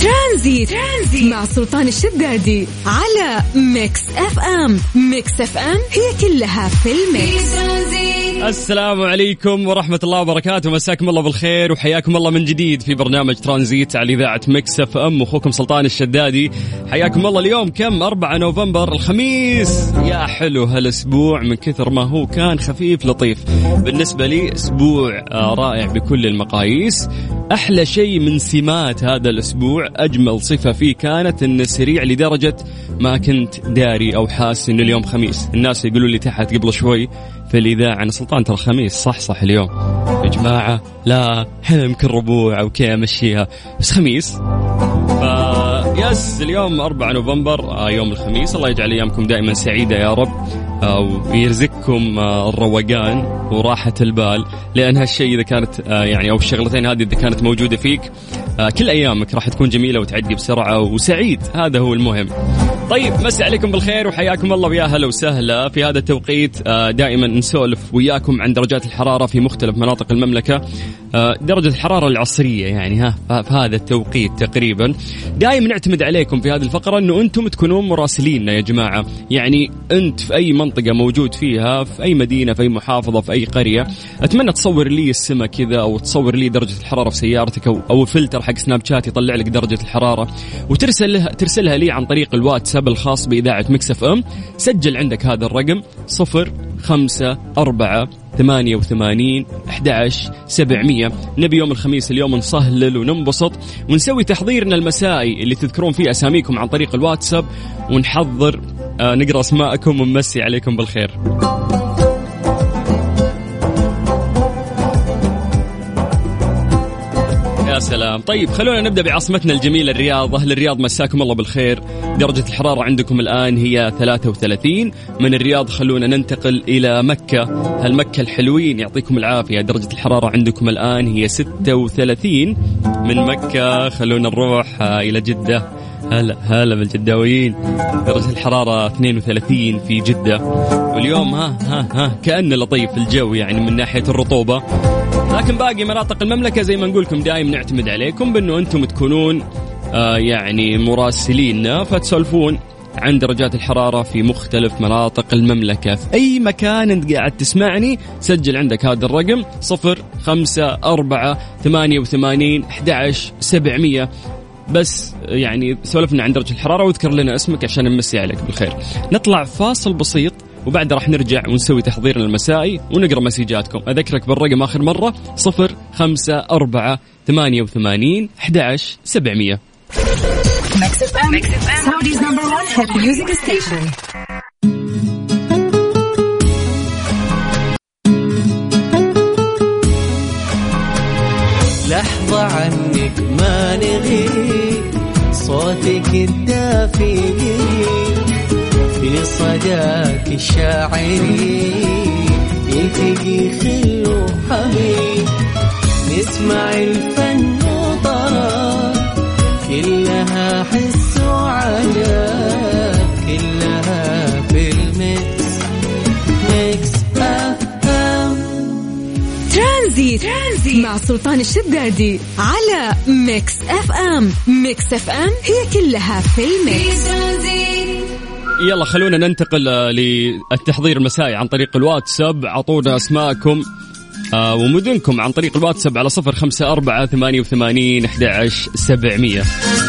ترانزيت مع سلطان الشدادي على ميكس اف ام. ميكس اف ام هي كلها في الميكس. السلام عليكم ورحمة الله وبركاته، مساكم الله بالخير وحياكم الله من جديد في برنامج ترانزيت على إذاعة ميكس اف ام. أخوكم سلطان الشدادي، حياكم الله. اليوم كم 4 نوفمبر الخميس. يا حلو هالأسبوع من كثر ما هو كان خفيف لطيف. بالنسبة لي أسبوع رائع بكل المقاييس. أحلى شيء من سمات هذا الأسبوع، أجمل صفة فيه كانت إنه سريع لدرجة ما كنت داري أو حاس إنه اليوم خميس. الناس يقولوا لي تحت قبل شوي في الإذاعة أنا سلطان ترى خميس، صح اليوم يا جماعة، لا حنا يمكن ربوع أو كي أمشيها بس خميس. يس اليوم 4 نوفمبر يوم الخميس. الله يجعل أيامكم دائما سعيدة يا رب، ويرزقكم الروقان وراحة البال، لأن هالشيء إذا كانت يعني أو الشغلتين هذه إذا كانت موجودة فيك كل أيامك راح تكون جميلة وتعدي بسرعة وسعيد. هذا هو المهم. طيب مساء عليكم بالخير وحياكم الله ويا هلا وسهلا. في هذا التوقيت دائما نسولف وياكم عن درجات الحرارة في مختلف مناطق المملكة. درجة الحرارة العصرية يعني في هذا التوقيت تقريبا. دائما نعتمد عليكم في هذه الفقرة أنه أنتم تكونون مراسليننا يا جماعة. يعني أنت في أي منطقة موجود فيها، في أي مدينة، في أي محافظة، في أي قرية، أتمنى تصور لي السماء كذا أو تصور لي درجة الحرارة في سيارتك أو فلتر حق سناب شات يطلع لك درجة الحرارة وترسلها لي عن طريق الواتساب الخاص بإذاعة ميكس اف ام. سجل عندك هذا الرقم 0548811700. نبي يوم الخميس اليوم نصهلل وننبسط ونسوي تحضيرنا المسائي اللي تذكرون فيه أساميكم عن طريق الواتساب، ونحضر نقرأ اسماءكم ونمسي عليكم بالخير. يا سلام. طيب خلونا نبدأ بعاصمتنا الجميلة الرياض. أهل الرياض مساكم الله بالخير. درجة الحرارة عندكم الآن هي 33. من الرياض خلونا ننتقل إلى مكة. هالمكة الحلوين يعطيكم العافية. درجة الحرارة عندكم الآن هي 36. من مكة خلونا نروح إلى جدة. هلا بالجداويين. درجة الحرارة 32 في جدة. واليوم كأنه لطيف الجو يعني من ناحية الرطوبة. لكن باقي مناطق المملكة زي ما نقولكم دائما نعتمد عليكم بأنه أنتم تكونون يعني مراسلين فتسولفون عن درجات الحرارة في مختلف مناطق المملكة. في أي مكان أنت قاعد تسمعني سجل عندك هذا الرقم 0548811700. بس يعني سولفنا عن درجة الحرارة واذكر لنا اسمك عشان نمسي عليك بالخير. نطلع فاصل بسيط وبعد راح نرجع ونسوي تحضيرنا المسائي ونقرأ مسيجاتكم. أذكرك بالرقم آخر مرة 0548811700. لحظة عنك ما نغيب، صوتك الدافي في صداك الشاعري يلتقي خل وحبيب. نسمع الفن وطرب كلها حس وعجب، كلها في الميكس. ميكس اف ام. ترانزيت مع سلطان الشدادي على ميكس اف ام. ميكس اف ام هي كلها في الميكس. يلا خلونا ننتقل للتحضير المسائي عن طريق الواتساب. عطونا اسماءكم ومدنكم عن طريق الواتساب على 0548811700.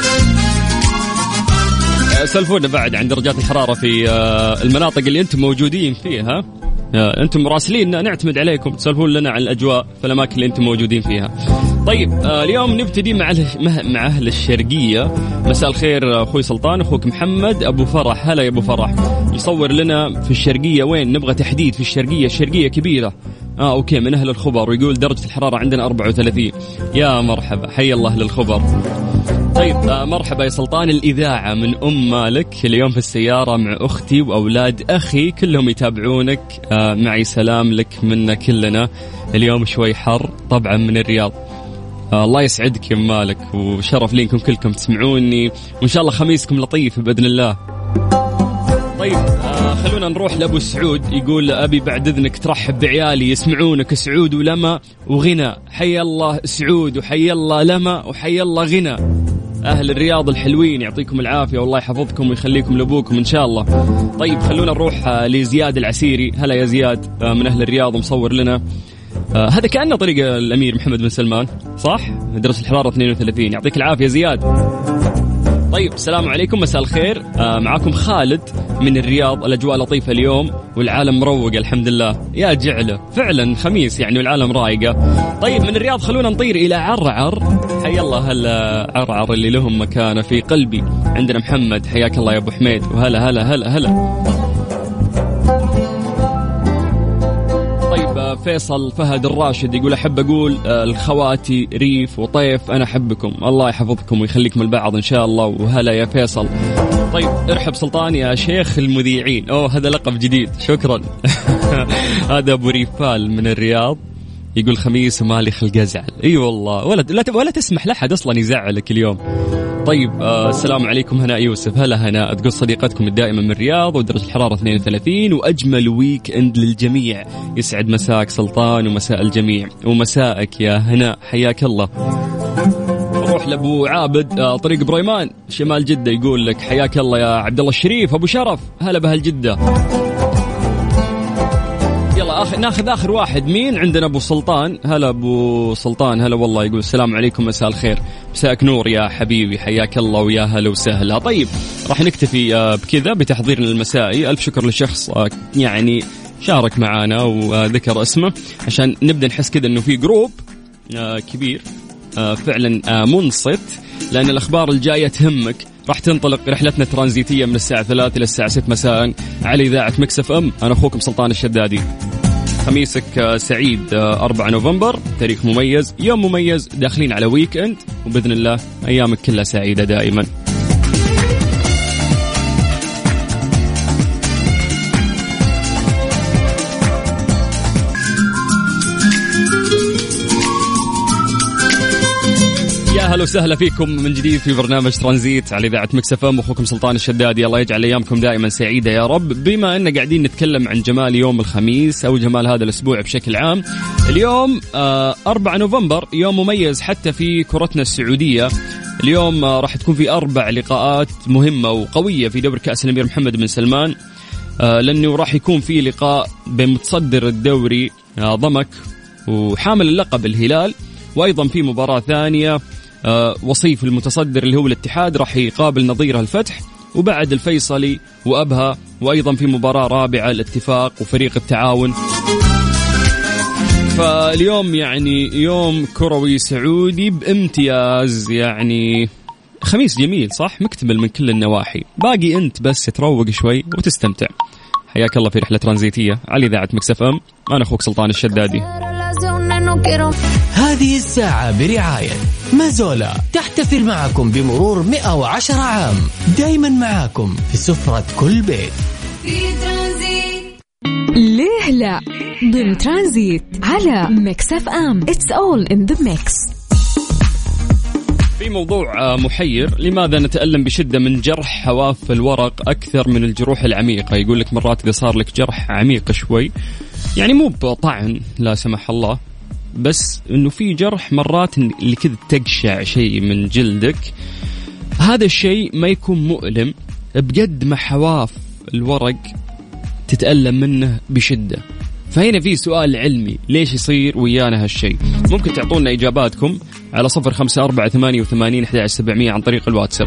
سلفونا بعد عن درجات الحرارة في المناطق اللي أنتم موجودين فيها. أنتم مراسلين نعتمد عليكم تسولفون لنا عن الأجواء في الأماكن اللي أنتم موجودين فيها. طيب اليوم نبتدي مع أهل الشرقية. مساء الخير أخوي سلطان، أخوك محمد أبو فرح. هلا يا أبو فرح. يصور لنا في الشرقية وين نبغى تحديد في الشرقية. الشرقية كبيرة أوكي من أهل الخبر، ويقول درجة الحرارة عندنا 34. يا مرحبا، حي الله للخبر. طيب مرحبا يا سلطان الإذاعة من أم مالك. اليوم في السيارة مع أختي وأولاد أخي كلهم يتابعونك. معي سلام لك منا كلنا. اليوم شوي حر طبعا من الرياض. الله يسعدك يا أم مالك وشرف لينكم كلكم تسمعوني، وإن شاء الله خميسكم لطيف بإذن الله. طيب خلونا نروح لأبو سعود. يقول أبي بعد إذنك ترحب بعيالي يسمعونك سعود ولما وغنى. حي الله سعود وحي الله لما وحي الله غنى. أهل الرياض الحلوين يعطيكم العافية والله يحفظكم ويخليكم لأبوكم إن شاء الله. طيب خلونا نروح لزياد العسيري. هلا يا زياد من أهل الرياض مصور لنا. هذا كأنه طريق الأمير محمد بن سلمان صح؟ درجة الحرارة 32. يعطيك العافية زياد. طيب السلام عليكم مساء الخير. معاكم خالد من الرياض. الأجواء لطيفة اليوم والعالم مروق الحمد لله. يا جعله فعلا خميس يعني والعالم رايقة. طيب من الرياض خلونا نطير إلى عرعر. حيا الله هلا عرعر اللي لهم مكانة في قلبي. عندنا محمد حياك الله يا أبو حميد. وهلا هلا هلا هلا. فيصل فهد الراشد يقول أحب أقول الخواتي ريف وطيف أنا أحبكم. الله يحفظكم ويخليكم البعض إن شاء الله. وهلا يا فيصل. طيب ارحب سلطان يا شيخ المذيعين. هذا لقب جديد شكرا. هذا أبو ريفال من الرياض يقول خميس ومالي خلق أزعل. أي والله ولا تسمح لحد أصلا يزعلك اليوم. طيب السلام عليكم هناء يوسف. هلا هناء تقول صديقتكم الدائمة من الرياض ودرجة الحرارة 32 وأجمل ويك إند للجميع. يسعد مساك سلطان ومساء الجميع ومساءك يا هناء حياك الله. نروح لأبو عابد طريق بريمان شمال جدة يقول لك حياك الله يا عبد الله الشريف أبو شرف. هلا بهالجدة. يلا ناخذ آخر واحد. مين عندنا؟ أبو سلطان. هلا أبو سلطان. هلا والله. يقول السلام عليكم مساء الخير. مساءك نور يا حبيبي حياك الله ويا هلا وسهلا. طيب راح نكتفي بكذا بتحضيرنا المسائي. ألف شكر للشخص يعني شارك معنا وذكر اسمه عشان نبدأ نحس كذا أنه في جروب كبير فعلا منصت لأن الأخبار الجاية تهمك. راح تنطلق رحلتنا الترانزيتية من الساعة 3 إلى الساعة 6 مساء على إذاعة ميكس اف ام. أنا أخوكم سلطان الشدادي. خميسك سعيد 4 نوفمبر تاريخ مميز يوم مميز داخلين على ويكند وبإذن الله أيامك كلها سعيدة دائما. أهلا وسهلا فيكم من جديد في برنامج ترانزيت على إذاعة ميكس اف ام. أخوكم سلطان الشدادي. الله يجعل أيامكم دائما سعيدة يا رب. بما أننا قاعدين نتكلم عن جمال يوم الخميس أو جمال هذا الأسبوع بشكل عام، اليوم 4 نوفمبر يوم مميز حتى في كرتنا السعودية. اليوم راح تكون في 4 لقاءات مهمة وقوية في دوري كأس الأمير محمد بن سلمان، لأنه راح يكون في لقاء بين متصدر الدوري ضمك وحامل اللقب الهلال، وأيضا في مباراة ثانية وصيف المتصدر اللي هو الاتحاد راح يقابل نظيره الفتح، وبعد الفيصلي وأبها، وأيضا في مباراة رابعة الاتفاق وفريق التعاون. فاليوم يعني يوم كروي سعودي بامتياز، يعني خميس جميل صح، مكتمل من كل النواحي. باقي أنت بس تروق شوي وتستمتع. حياك الله في رحلة ترانزيتية على إذاعة ميكس اف ام. أنا أخوك سلطان الشدادي. هذه الساعة برعاية مازولا، تحتفل معكم بمرور 110 عام، دايما معاكم في سفرة كل بيت. ليه لا ضمن ترانزيت على ميكس اف ام. It's all in the mix. في موضوع محير، لماذا نتألم بشدة من جرح حواف الورق أكثر من الجروح العميقة؟ يقول لك مرات إذا صار لك جرح عميق شوي، يعني مو بطعن لا سمح الله، بس إنه في جرح مرات اللي كذا تقشع شيء من جلدك، هذا الشيء ما يكون مؤلم بقد ما حواف الورق تتألم منه بشدة. فهنا في سؤال علمي، ليش يصير ويانا هالشيء؟ ممكن تعطونا إجاباتكم على 0548811700 عن طريق الواتساب.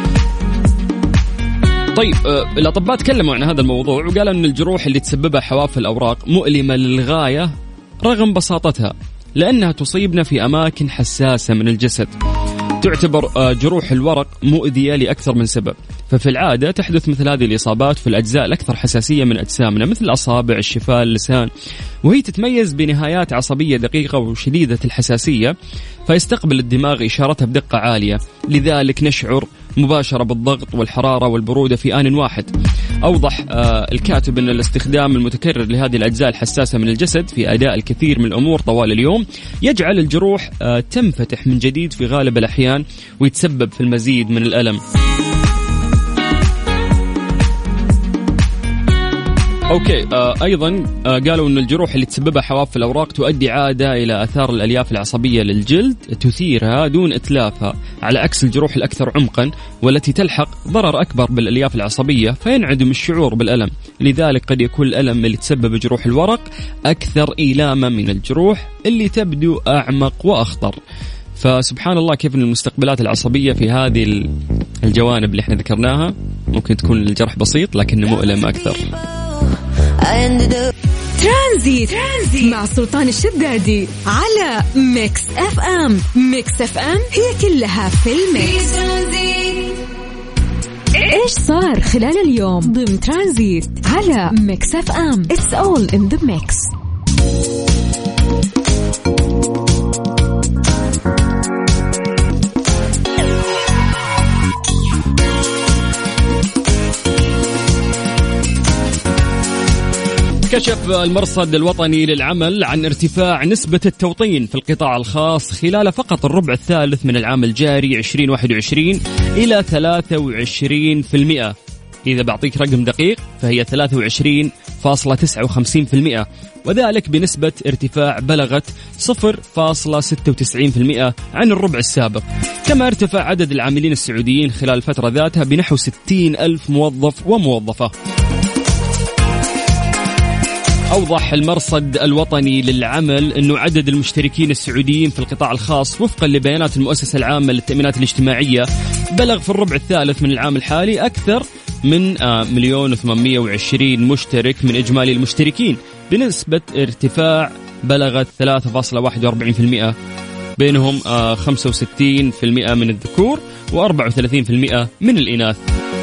طيب الأطباء تكلموا عن هذا الموضوع وقالوا أن الجروح اللي تسببها حواف الأوراق مؤلمة للغاية رغم بساطتها، لأنها تصيبنا في أماكن حساسة من الجسد. تعتبر جروح الورق مؤذية لأكثر من سبب، ففي العادة تحدث مثل هذه الإصابات في الأجزاء الأكثر حساسية من أجسامنا مثل الأصابع، الشفاه، اللسان، وهي تتميز بنهايات عصبية دقيقة وشديدة الحساسية، فيستقبل الدماغ إشارتها بدقة عالية، لذلك نشعر مباشرة بالضغط والحرارة والبرودة في آن واحد. أوضح الكاتب أن الاستخدام المتكرر لهذه الأجزاء الحساسة من الجسد في أداء الكثير من الأمور طوال اليوم يجعل الجروح تنفتح من جديد في غالب الأحيان ويتسبب في المزيد من الألم. أوكي. أيضا قالوا أن الجروح اللي تسببها حواف الأوراق تؤدي عادة إلى أثار الألياف العصبية للجلد تثيرها دون إتلافها، على عكس الجروح الأكثر عمقا والتي تلحق ضرر أكبر بالألياف العصبية فينعدم الشعور بالألم. لذلك قد يكون الألم اللي تسبب جروح الورق أكثر إيلاما من الجروح اللي تبدو أعمق وأخطر. فسبحان الله كيف أن المستقبلات العصبية في هذه الجوانب اللي احنا ذكرناها ممكن تكون الجرح بسيط لكنه مؤلم أكثر. ترانزيت مع سلطان الشدادي على ميكس اف ام. ميكس اف ام هي كلها في الميكس. ايش صار خلال اليوم ضمن ترانزيت على ميكس اف ام. It's all in the mix. كشف المرصد الوطني للعمل عن ارتفاع نسبة التوطين في القطاع الخاص خلال فقط الربع الثالث من العام الجاري 2021 إلى 23%. إذا بعطيك رقم دقيق فهي 23.59%، وذلك بنسبة ارتفاع بلغت 0.96% عن الربع السابق. كما ارتفع عدد العاملين السعوديين خلال الفترة ذاتها بنحو 60,000 موظف وموظفة. أوضح المرصد الوطني للعمل أنه عدد المشتركين السعوديين في القطاع الخاص وفقا لبيانات المؤسسة العامة للتأمينات الاجتماعية بلغ في الربع الثالث من العام الحالي أكثر من 1,820,000 مشترك من إجمالي المشتركين بنسبة ارتفاع بلغت 3.41%، بينهم 65% من الذكور و34% من الإناث.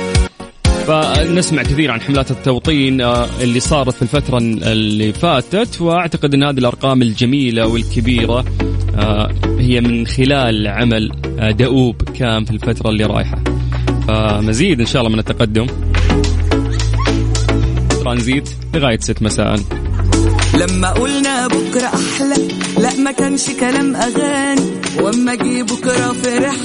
فنسمع كثير عن حملات التوطين اللي صارت في الفترة اللي فاتت، وأعتقد أن هذه الأرقام الجميلة والكبيرة هي من خلال عمل دؤوب كان في الفترة اللي رايحة. فمزيد إن شاء الله من التقدم. ترانزيت لغاية 6 مساء. لما قلنا بكرة أحلى لا ما كانش كلام أغاني، وأما جي بكرة فرح